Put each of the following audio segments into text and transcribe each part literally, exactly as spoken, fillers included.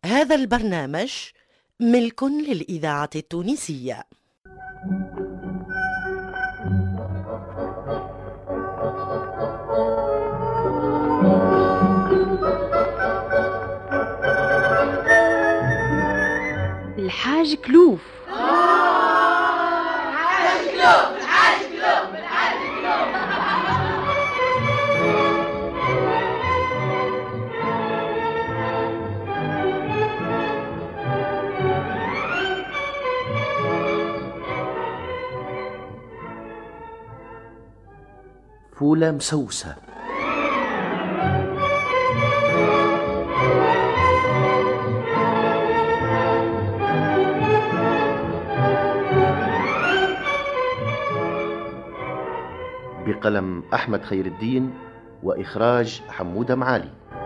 هذا البرنامج ملك للإذاعة التونسية. الحاج كلوف. الحاج كلوف الحاج كلوف الحاج كلوف. فولة مسوسة. بقلم أحمد خير الدين وإخراج حمودة معالي.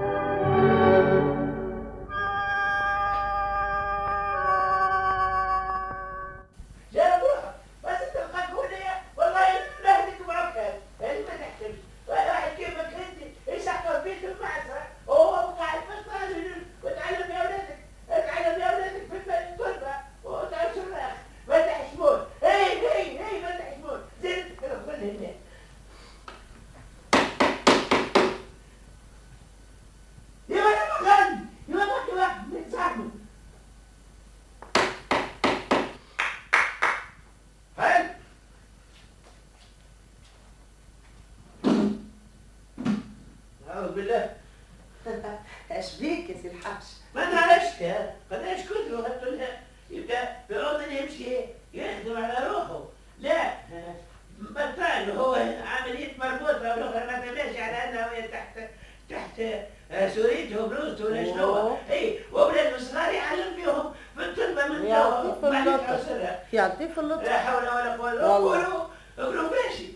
بالله. ايش بيك يا سي الحاج؟ ما نعرفش قداش كثروا هاتوا لها يبدا بيقعد يمشي يخدم على روحه. لا بطال هو عمليه مربوطه والاخرى ما تبلاش على انه هي تحت تحت سوريته وبلوزته ولا شنو. اي واولاد الصغار يعلم فيهم بالطلبه من يعطيك اللطف عسرها. يعطيك اللطف. لا حول ولا قوه الا بالله. قولوا ماشي.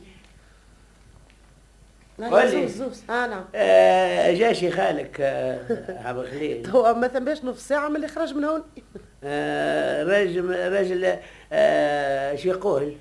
زوز زوز اه نعم. آه جاشي خالك آه عبد الخليل. هو ما ثماش نص ساعة من اللي خرج من هون. آه راجل راجل آه شو يقول؟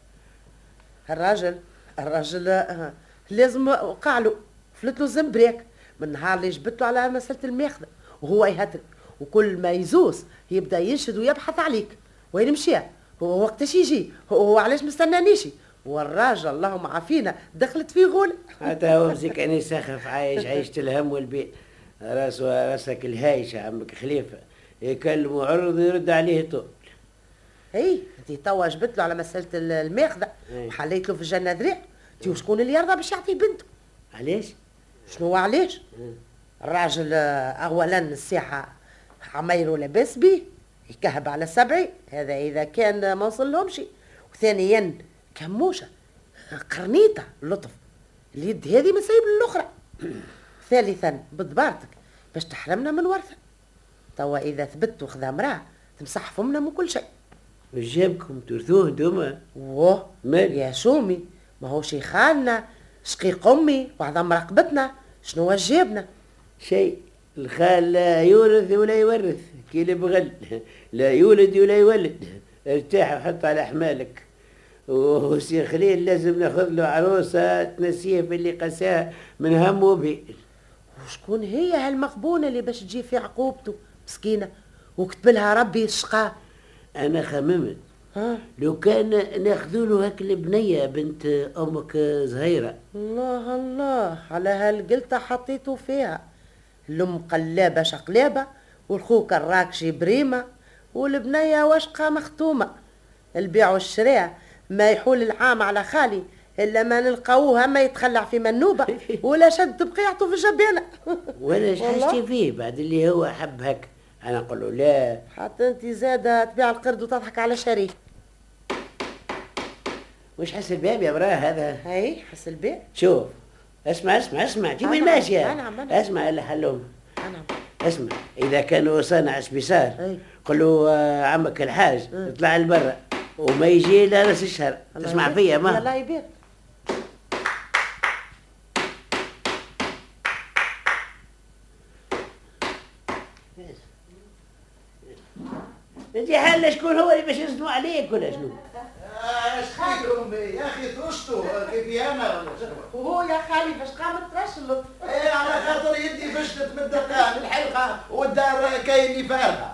الراجل الراجل آه لازم وقع له فلت له زنبريك من نهار اللي جبت له على مسألة الماخذة وهو يهتر وكل ما يزوز يبدا ينشد ويبحث عليك. وين مشى؟ هو وقتاش يجي؟ هو علاش مستنانيشي؟ والراجل اللهم عافينا دخلت فيه غول. حتى هو مسك اني سخف عايش عيشة الهم والبيت. راس راسك الهايش عمك خليفه يكلمه عرض يرد عليه طول. اي انت توا جبت له على مساله الماخذه وحليت له في الجنه ذريع. انت وشكون اللي يرضى باش يعطيه بنته؟ علاش؟ شنو علاش؟ الراجل اولا الساحه عمايله لاباس بيه يكهب على سبعي هذا اذا كان ما وصلهمش. وثانيا كموشه قرنيطه لطف اليد هذه ما سايب الاخرى. ثالثا بدبارتك باش تحرمنا من ورثه. توا اذا ثبت وخذا مراه تمسح فمنا من كل شيء. وش جابكم ترثوه انتوما؟ واه مال يا شومي ما هو شي خالنا شقيق امي وعظم مراقبتنا. شنو جابنا؟ شيء. الخال لا يورث ولا يورث كي البغل لا يولد ولا يولد. ارتاح وحط على حمالك. وسي خليل لازم ناخذ له عروسه تنسيه في اللي قساه من هم وبيل. وشكون هي هالمغبونه اللي باش تجي في عقوبته مسكينه وكتب لها ربي الشقاء؟ انا خممت ها لو كان ناخذوا له هاك البنيه بنت امك زهيره. الله الله على هالقلته حطيته فيها. الام قلابه شقلابه والخوك الراكشي بريمه والبنيه وشقه مختومه. البيع والشراء ما يحول العام على خالي الا ما نلقاوها ما يتخلع في منوبه ولا شد بقيعته في الجبانه. ولا شحشتي فيه بعد اللي هو حب هك. انا نقول له لا حتى انت زاده تبيع القرد وتضحك على شريه. وش حس الباب يا براه هذا؟ اي حس الباب. شوف اسمع اسمع اسمع انت وين ماشيه؟ نعم نعم. اسمع اللي حلوم. نعم. اسمع اذا كانوا صانع سبيسار قل له آه عمك الحاج يطلع لبرا وما يجي الا راس الشهر. تسمع فيا ما؟ الله يبارك. انت حال شكون هو اللي باش يصدموا عليك ولا شنو؟ اش فيكم يا اخي ترشتوا كيفي انا ولا شنو؟ وهو يا خالي فاش قامت ترشلط؟ ايه على خاطر يدي فشلت من الدقان الحلقه والدار كاين فارغه.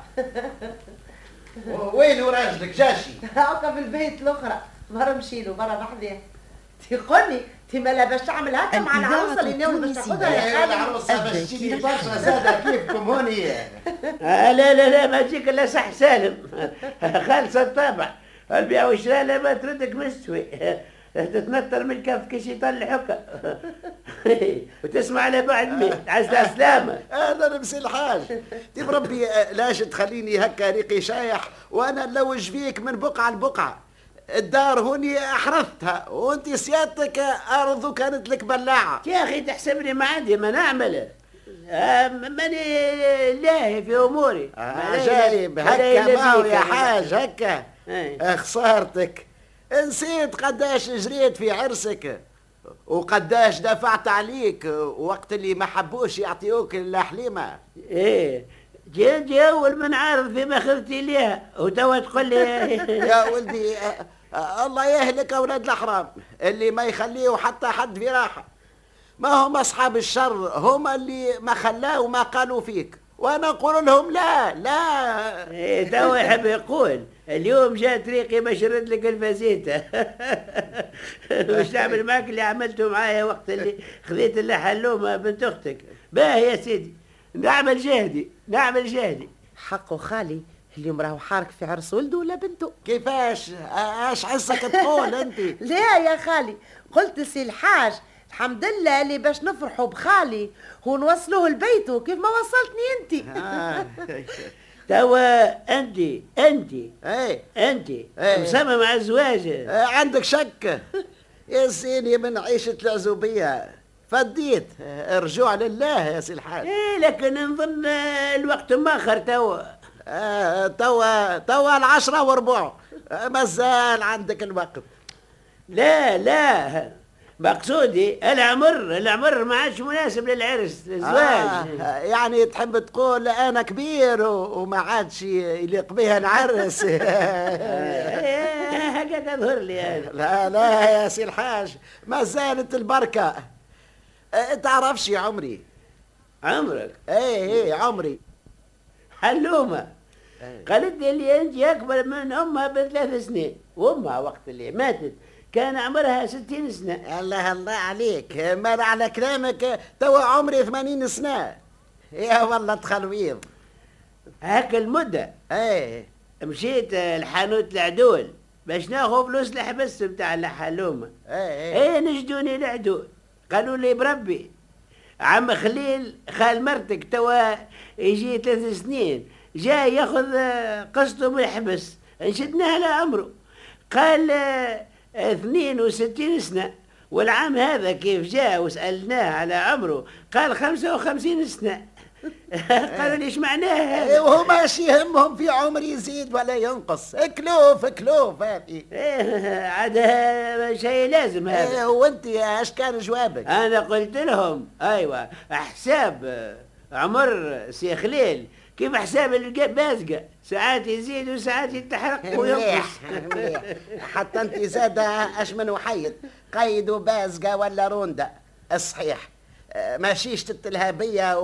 وين راجلك جاشي؟ هاكا في البيت الاخرى، مرة مشيلو مرة بحذاه. تيقولني تي ما لا باش تعمل هكا مع العروسه اللي ناوي باش تاخذها يا خالي. العروسه باش تجيني برشا زاده كيفكم هوني. آه لا لا لا ما تجيك الا صح سالم. خالصه الطابع البيع والشراء لا ما تردك مستوي. تتنطر من الكف كيش يطلع حكا. وتسمع على بعد ميت عز السلامة. انا نمسي الحاج تي بربي لاش تخليني هكا ريقي شايح وانا نلوج فيك من بقعه لبقعه. الدار هوني احرثتها وانت سيادتك ارض كانت لك بلاعه. يا اخي تحسبني ما عندي ما نعمل. آه ماني لاهي في اموري. آه جايب هكا ما هو يا حاج هكا. ايه. خسارتك نسيت قداش جريت في عرسك وقداش دفعت عليك وقت اللي ما حبوش يعطيوك الا حليمه. ايه جا جا اول من عارض في مخرتي ليها وتوا تقول لي. يا ولدي آه آه الله يهلك اولاد الحرام اللي ما يخليه حتى حد في راحه. ما هم اصحاب الشر هم اللي ما خلاه وما قالوا فيك وانا اقول لهم لا لا. إيه توا يحب يقول اليوم جاء طريقي بشرد لك الفازيتا. وش نعمل معك اللي عملته معايا وقت اللي خذيت اللحلومه بنت اختك. باه يا سيدي نعمل جهدي نعمل جهدي. حقه خالي اليوم راهو حارك في عرس ولده ولا بنته. كيفاش اش حسك تقول انت؟ لا يا خالي قلت سي الحاج الحمد لله اللي باش نفرحوا بخالي ونوصلوه لبيته كيف ما وصلتني انت. آه. توا انت انت ايه انت ايه. مصمم على الزواج. آه عندك شك يا سيدي من عيشة العزوبية فديت رجوع لله يا سي الحاج. ايه لكن نظن الوقت ماخر توا. آه توا توا العشرة وربع آه مازال عندك الوقت. لا لا مقصودي العمر العمر ما عادش مناسب للعرس الزواج. آه يعني تحب تقول انا كبير وما عادش يليق بها نعرس. هكا تظهر لي هذا. لا لا يا سي الحاج ما زالت البركة. أه تعرفش يا عمري. عمرك؟ ايه ايه عمري. حلومة قالت لي اللي انت اكبر من امها بثلاث سنين وامها وقت اللي ماتت كان عمرها ستين سنة. الله الله عليك مر على كلامك توا عمري ثمانين سنة. يا والله تخلويض. هاك المدة ايه مشيت الحانوت العدول باش ناخذ فلوس الحبس بتاع الحلومة. ايه ايه نجدوني العدول قالوا لي بربي عم خليل خال مرتك توا يجي ثلاث سنين جاي ياخذ قسطه من الحبس نشدناه لعمره. قال اثنين وستين سنة والعام هذا كيف جاء وسألناه على عمره قال خمسة وخمسين سنة. قالوا لي ايش معناها هذا؟ وهو ماشي يهمهم في عمر يزيد ولا ينقص. كلوف كلوف هذه. ايه عاد شيء لازم هذا. ايه وانت اش كان جوابك؟ انا قلت لهم ايوه حساب عمر سي خليل كيف حساب البازقة ساعات يزيد وساعات يتحرق وينقص. مليح حتى انت زاد اش من وحيد قيدوا بازقة ولا روندا الصحيح ماشيش تتلهابية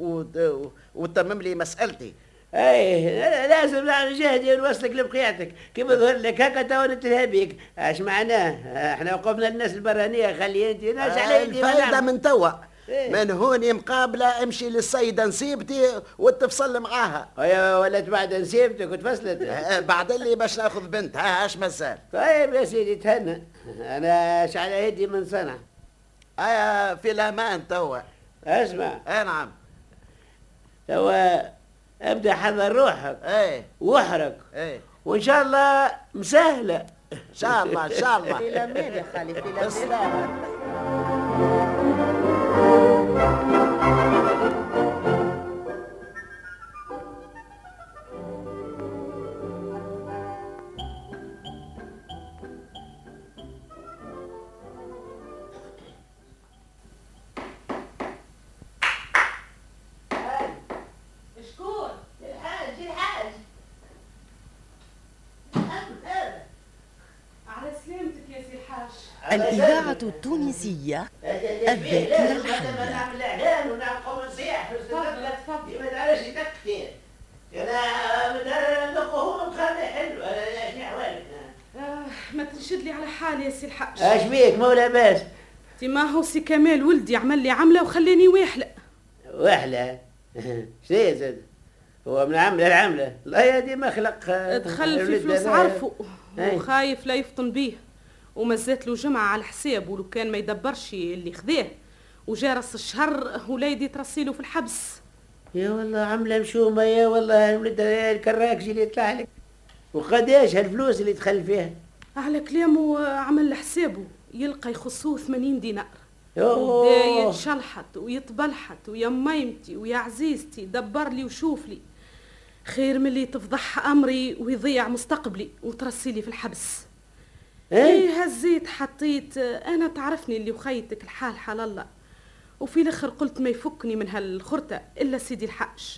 وتمم لي مسألتي. ايه لازم نعمل جهدي ونوصلك لبقيعتك كيف يظهر لك هكا تو نتلهابيك اش معناه احنا وقفنا الناس البرانية خلي انت ناس على الفايدة من توا من هوني مقابلة امشي للسيدة نسيبتي وتفصل معاها. ايوه ولات بعد نسيبتك وتفصلت. بعد اللي باش ناخذ بنتها اش مازال. طيب يا سيدي تهنى انا اش على يدي من صنع. ايا في الامان توا. اسمع. اي نعم. توا ابدا حضر روحك. ايه واحرق. ايه وان شاء الله مسهله. ان شاء الله ان شاء الله. في الامان يا خالي في الامان. الإذاعة التونسية الذاكرة الحية. نعمل إعلان ونعمل نصيح. تفضل تفضل. ما تعرفش تكتين. أنا مدار نقوه مخلي حلو. أنا شنو أحوالك؟ آه ما تنشد لي على حالي يا سي الحاج. اش بيك مو لاباس؟ تي ما هو سي كمال ولدي عمل لي عمله وخلاني واحله. واحله؟ شنو زاد؟ هو من عمله لعمله، الله يهدي ما خلق. دخل في فلوس عرفه وخايف لا يفطن بيه، ومزات له جمعه على حساب، ولو كان ما يدبرش اللي خذاه وجا راس الشهر وليدي ترسيله في الحبس. يا والله عمله مشومه، يا والله ولد الكراكجي اللي يطلع لك. وقداش هالفلوس اللي دخل فيها؟ على كلامه عمل حسابه يلقى يخصوه ثمانين دينار. يوه وبدا يتشلحط ويتبلحط ويا ميمتي ويا عزيزتي دبر لي وشوف لي، خير من اللي تفضح امري ويضيع مستقبلي وترسي لي في الحبس. ايه هزيت حطيت، انا تعرفني اللي وخيتك الحال حال الله، وفي الاخر قلت ما يفكني من هالخرطه الا سيدي الحاج.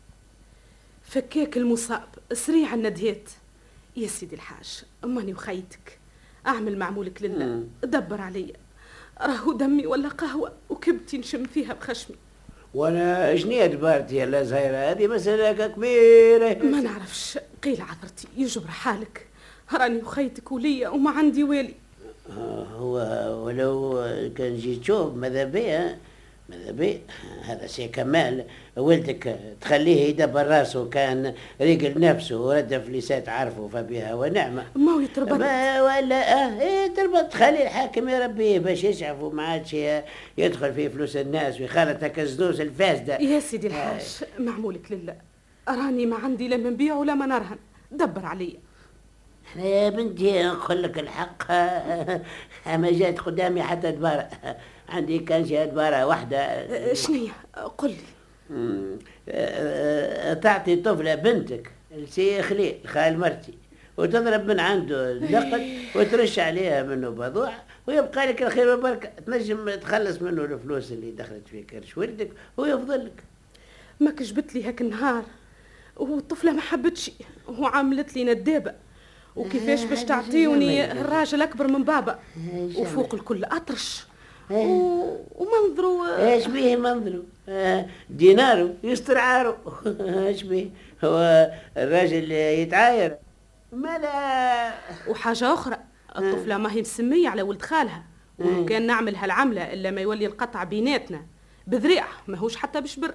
فكاك المصاب سريع الندهات. يا سيدي الحاج اماني وخيتك، اعمل معمولك لله، دبر عليا، راهو دمي ولا قهوه وكبتي نشم فيها بخشمي. وانا شنيا دبرتي يا لا زهيره؟ هذه مساله كبيره. ما نعرفش، قيل عذرتي يجبر حالك، راني وخيتك وليا وما عندي والي. هو ولو كان جيت تشوف ماذا بيا ماذا بي هذا سي كمال ولدك تخليه يدبر راسه، كان ريقل نفسه ورد فليسات عرفه فبها ونعمه. ما هو يتربط ما ولا اه ايه تربط، خلي الحاكم يربيه باش يشعفوا ما عادش يدخل في فلوس الناس ويخالط هكا الزنوس الفاسده. يا سيدي الحاج آه. معمولك لله، راني ما عندي لا من بيع ولا ما نرهن، دبر عليا. يا بنتي نقول لك الحق، ما جات قدامي حتى دبارة، عندي كان جا دبارة واحدة. شنية قل لي. تعطي طفلة بنتك لسي خليل خال مرتي وتضرب من عنده النقد وترش عليها منه بضوع ويبقى لك الخير والبركة، تنجم تخلص منه الفلوس اللي دخلت في كرش ولدك ويفضل لك. ما كجبت لي هاك النهار والطفلة ما حبتش وعملت لي ندابة، وكيفاش باش تعطيوني الراجل اكبر من بابا وفوق الكل اطرش و... ومنظرو. ايش بيه منظرو؟ آه دينارو يستر عارو. ايش بيه؟ هو الراجل يتعاير مالا. وحاجة أخرى، الطفلة ما هي مسمية على ولد خالها، ولو كان نعمل هالعملة إلا ما يولي القطع بيناتنا بذريع ماهوش حتى بشبر.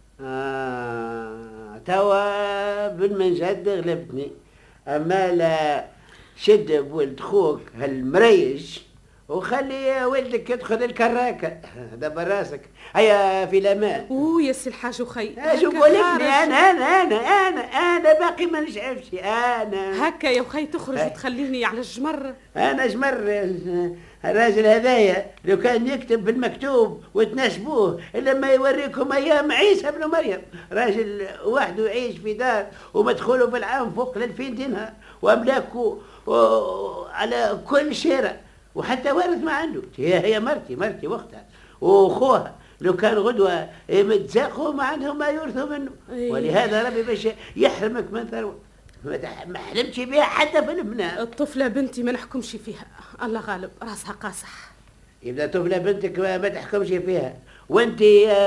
آه توا بالمنجد غلبتني، أما لا شد بولد خوك هالمريج وخلي ولدك يدخل الكراكة دبر راسك. هيا في الأمان. اوه يا سي الحاج وخي، شوف ولدني أنا أنا أنا أنا أنا باقي ما نشعفش أنا. هكا يا وخي تخرج وتخليني على الجمر؟ أنا جمر الراجل هذايا لو كان يكتب بالمكتوب وتناسبوه إلا ما يوريكم أيام عيسى ابن مريم، راجل وحده يعيش في دار ومدخوله في العام فوق الألفين دينار وأملاكه على كل شارع وحتى وارث ما عنده. هي هي مرتي مرتي وقتها وأخوها لو كان غدوة متزاقوا ما عندهم ما يورثوا منه. أيه. ولهذا ربي باش يحرمك من ثروة ما حلمتش بها حتى في البناء. الطفلة بنتي ما نحكمش فيها، الله غالب راسها قاصح. يبدا طفلة بنتك ما تحكمش فيها وانت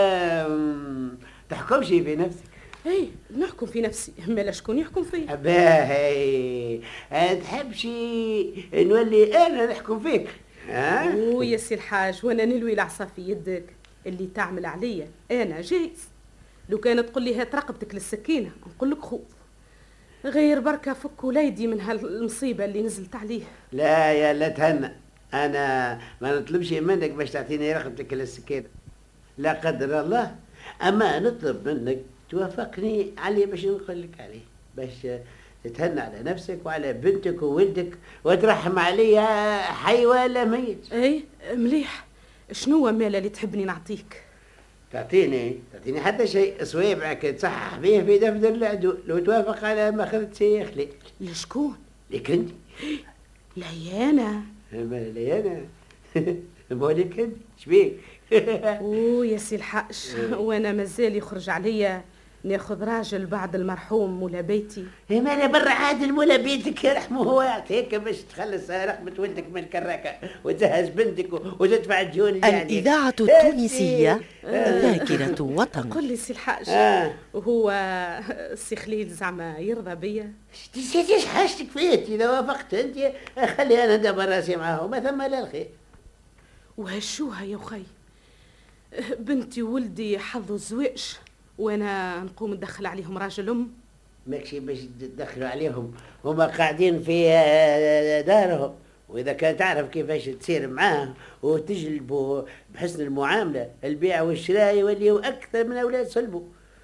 تحكمش في نفسك. اي نحكم في نفسي، مالا شكون يحكم فيا؟ باهي تحبش نولي انا نحكم فيك؟ ها؟ اوه يا سي الحاج، وانا نلوي العصا في يدك اللي تعمل عليا انا جايز. لو كانت تقول لي هات رقبتك للسكينه نقول لك خوف، غير بركه فك وليدي من هالمصيبه اللي نزلت عليه. لا يا لا تهنى، انا ما نطلبش منك باش تعطيني رقبتك للسكينه لا قدر الله، اما نطلب منك توافقني عليه باش نقول لك عليه، باش تتهنى على نفسك وعلى بنتك وولدك وترحم عليها حي ولا ميت. اي مليح. شنو مالا اللي تحبني نعطيك؟ تعطيني تعطيني حتى شيء صويبعك تصحح به في دفتر العدو لو توافق على ما اخذت سي خليل. لشكون؟ لك انت. ليانا. ما ليانا مولك انت شبيك؟ اوه يا سي الحاج، وانا مازال يخرج عليا ناخذ راجل بعد المرحوم مولا بيتي. هي مالا برا عادل مولا بيتك يرحمه هو يعطيك باش تخلص رقبة ولدك من الكراكة وتجهز بنتك وتدفع الديون اللي عليك. الإذاعة التونسية ذاكرة وطن. قل لي سي الحاج، آه. وهو سي خليل زعما يرضى بيا؟ تيش حاجتك فيت إذا وافقت أنت خلي أنا ندبر راسي معاه ما ثم لا الخير. وهشوها يا أخي، بنتي وولدي حظوا الزواج وانا نقوم ندخل عليهم راجل ام. ماكشي باش تدخلوا عليهم، هما قاعدين في دارهم، واذا كان تعرف كيفاش تسير معاه وتجلبوا بحسن المعامله البيع والشراء يوليوا اكثر من اولاد صلبوا.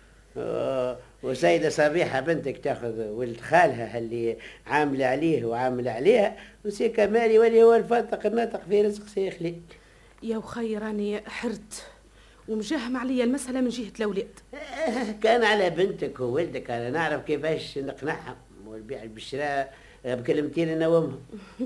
وسيده صبيحه بنتك تاخذ ولد خالها اللي عامله عليه وعامله عليها، وسي كمال يولي هو الفاتق الناطق في رزق سي خليل. يا وخي راني حرت ومجاهم عليا المسألة من جهة الأولاد. كان على بنتك وولدك أنا نعرف كيفاش نقنعهم والبيع بالشراء بكلمتين أنا وأمهم.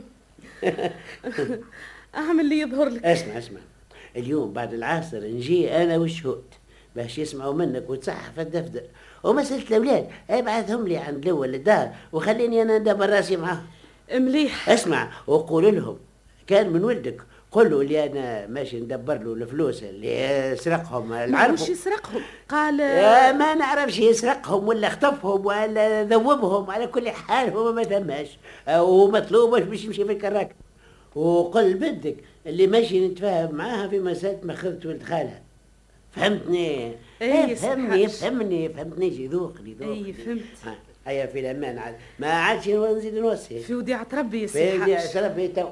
أعمل اللي يظهر لك. اسمع اسمع، اليوم بعد العصر نجي أنا والشهود باش يسمعوا منك وتصحف الدفتر، ومسألة الأولاد ابعثهم لي عند الأول الدار وخليني أنا ندبر راسي معاهم. مليح. اسمع وقول لهم كان من ولدك قل له اللي انا ماشي ندبر له الفلوس اللي سرقهم. العرب مش يسرقهم، قال ما نعرفش يسرقهم ولا اختفهم ولا ذوبهم، على كل حال هو ما ثماش ومطلوب باش يمشي في الكراكه. وقل بنتك اللي ماشي نتفاهم معاها في مساله مخرة ولد خالها. فهمتني؟ اي فهمني فهمني فهمتني ذوقني ذوقني. اي فهمت. هيا في الامان عاد ما عادش نزيد نوصي. في وديعة ربي يا سي الحاج. في وديعة ربي تو.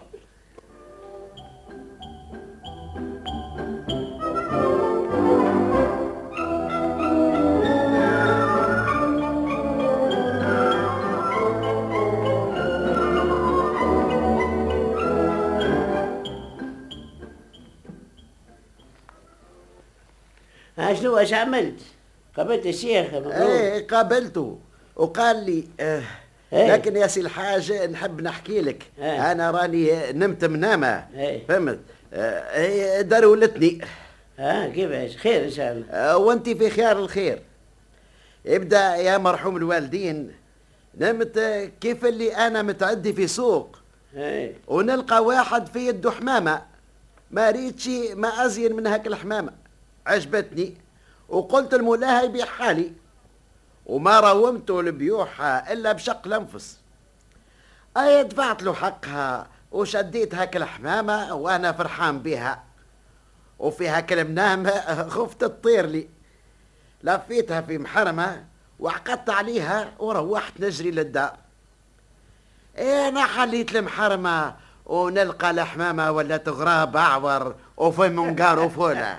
شنو اش عملت؟ قابلت الشيخ؟ ايه قابلته وقال لي آه ايه لكن يا سي الحاج نحب نحكي لك ايه انا راني نمت منامه ايه فهمت؟ هي آه درولتني. اه كيفاش؟ خير ان شاء الله. آه وانت في خيار الخير. ابدا يا مرحوم الوالدين، نمت كيف اللي انا متعدي في سوق ايه ونلقى واحد في يده حمامه، ما ريتشي ما ازين من هاك الحمامه، عجبتني وقلت المولاها يبيع حالي وما راومته البيوحة إلا بشق الأنفس. أي دفعت له حقها وشديت هاك الحمامة وأنا فرحان بها، وفي هاك المنامة خفت تطير لي، لفيتها في محرمة وعقدت عليها وروحت نجري للدار. أنا حليت المحرمة ونلقى الحمامة ولا تغراب أعور وفي منقار وفولة.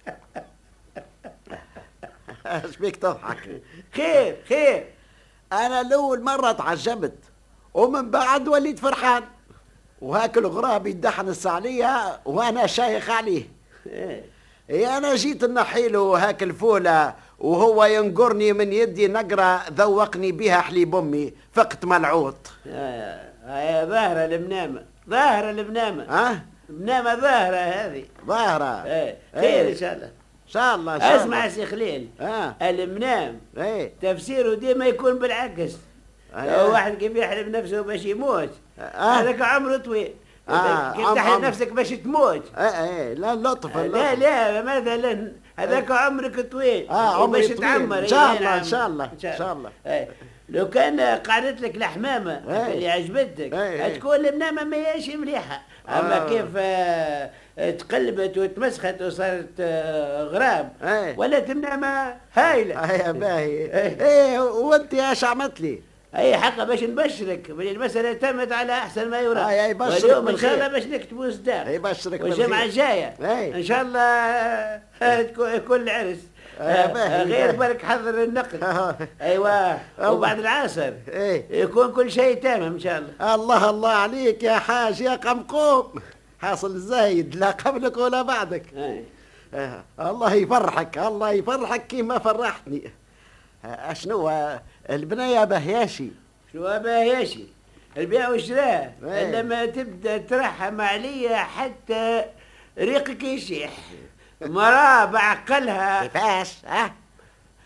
ايش بيك تضحك؟ خير خير. انا الاول مره تعجبت ومن بعد وليت فرحان، وهاك الغراب يدحنس عليا وانا شايخ عليه. ايه انا جيت نحيله هاك الفوله وهو ينقرني من يدي نقره ذوقني بها حليب امي، فقت ملعوط. هاي ظاهره المنامه، ظاهره المنامه. ها؟ منامه ظاهره هذه. ظاهره. ايه خير ان شاء الله. ان شاء الله ان شاء الله. اسمع سي خليل، آه. المنام ايه تفسيره ديما يكون بالعكس. آه. واحد كيف يحلم نفسه باش يموت هذاك آه. عمره طويل. آه. كيف تحلم نفسك باش تموت. ايه ايه لا لطف آه. لا لا مثلا هذاك عمرك طويل اه باش تعمر. ان شاء الله ان شاء الله ان شاء الله. ايه لو كان قعدت لك الحمامه ايه اللي عجبتك ايه تكون المنامه ما هيش مليحه. اما آه. كيف آه تقلبت وتمسخت وصارت آه غراب ايه ولا تنامه هايله. ايه باهي. ايه, ايه وانت ايش عملت لي؟ اي حق باش نبشرك المساله تمت على احسن ما يرام. اي اي بشرك واليوم ان شاء الله باش نكتبوا صداق. اي بشرك والجمعه الجايه ان شاء الله تكون العرس. آه غير بالك حضر النقل. ايوه وبعد العصر ايه يكون كل شيء تمام ان شاء الله. الله الله عليك يا حاج يا قمقوم، حاصل زايد لا قبلك ولا بعدك. ايه آه الله يفرحك الله يفرحك كيما فرحتني. آه شنو البنية بهياشي؟ شنو بهياشي؟ البيع والشراء لما تبدا ترحم عليا حتى ريقك يشيح. مراه بعقلها كيفاش؟ ها؟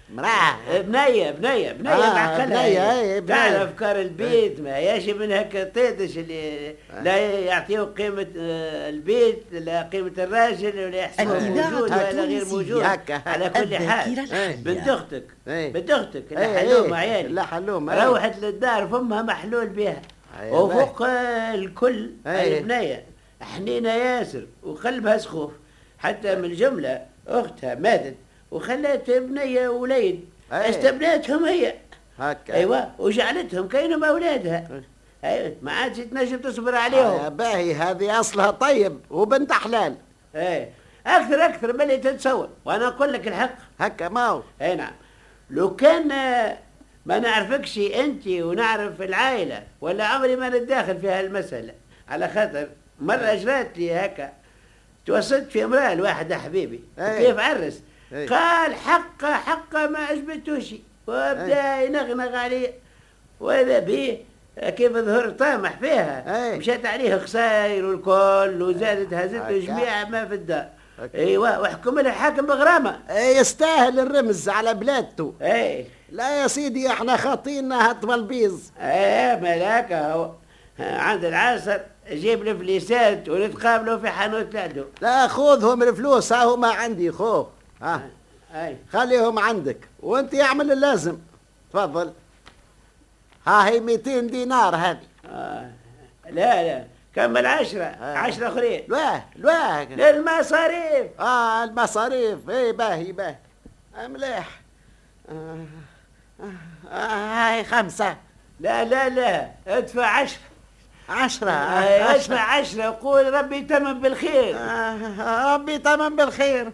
مراه بنية بنية بنية آه، معقلة. بنية، أي، بنية. تعرف أفكار البيت ما ياشي من هكا طيدش اللي لا يعطيوه قيمة آه، البيت لا قيمة الراجل ولا يحسبوه الإذاعة موجود ولا غير التونسية. موجود. هكا. على كل حال الذاكرة الحية. بنت أختك أي. بنت أختك اللي أي، حلوم أي، عيالي لا حلوم، أي. روحت للدار فمها محلول بها أي، وفوق آه، الكل أي. البنية حنينة ياسر وقلبها سخوف حتى من الجملة أختها ماتت وخلت بنية ووليد أي. استبنتهم هي. هكا. ايوه وجعلتهم كاينهم اولادها. ايوه ما عادش تنجم تصبر يا عليهم. باهي هذه اصلها طيب وبنت حلال. ايه اكثر اكثر من اللي تتصور وانا اقول لك الحق. هكا ما هو. اي نعم لو كان آه، ما نعرفكش انت ونعرف العائله ولا عمري ما نتداخل في هالمساله على خاطر مره جرات لي هكا توسطت في امراه لواحد حبيبي أي. كيف عرس أي. قال حقه حقه ما عجبتوش وبدا ينغنغ عليه واذا به كيف ظهر طامح فيها أي. مشات عليه خسائر والكل وزادت هزته هكا. جميع ما في الدار. هكا. ايوه وحكم له الحاكم بغرامه. إيه، يستاهل الرمز على بلادته. اي لا يا سيدي احنا خاطينا هطب البيز. ايه ملاك هو عند العصر جيب الفليسات ونتقابلوا في حانوت لعدو. لا خذهم الفلوس ها هما عندي خوه. ها اي خليهم عندك وانت يعمل اللازم. تفضل ها هي مئتين دينار هذه. آه. لا لا كمل عشرة آه. عشرة اخرين. لا لا للمصاريف. اه المصاريف ايه باهي باهي مليح. آه. آه. هاي خمسة. لا لا لا ادفع عشرة. عشرة آه. ادفع عشرة وقول ربي يتمم بالخير. آه. ربي تمام بالخير.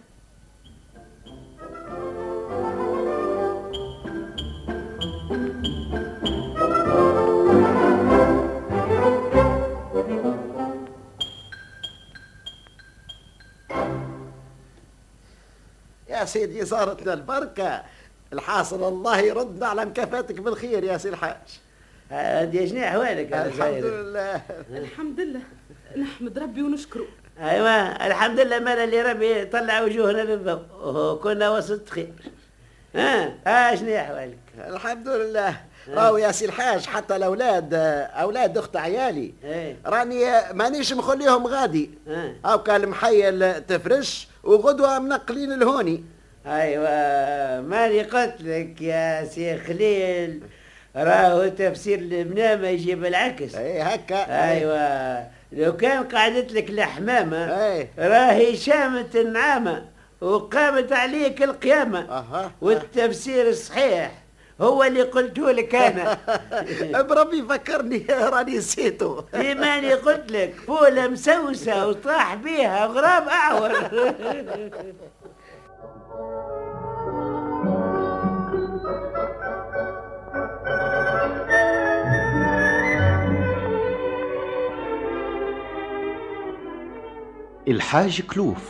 يا سيدي صارت لنا البركة. الحاصل الله يردنا على مكافاتك بالخير يا سي الحاج. هذه شنو احوالك يا الحمد زايد؟ لله. الحمد لله نحمد ربي ونشكره. ايوه الحمد لله مالا اللي ربي طلع وجوهنا للضوء وكنا وسط خير. ها ها شنو احوالك؟ الحمد لله. راهو يا سي الحاج حتى الاولاد اولاد اخت عيالي ايه راني مانيش مخليهم غادي. ها او كان المحيل تفرش وغدوه منقلين الهوني. ايوه ماني قلت لك يا سي خليل راهو تفسير البنا ما يجيب العكس. اي هكا. ايوه لو كان قعدت لك الحمامه اي راهي شامت النعامه وقامت عليك القيامه. اها والتفسير الصحيح هو اللي قلته لك انا. بربي فكرني راني نسيته. ماني قلت لك فوله مسوسه وطاح بيها غراب اعور. الحاج كلوف.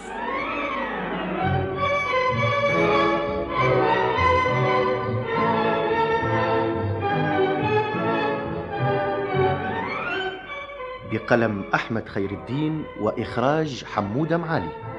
بقلم أحمد خير الدين وإخراج حمودة معالي.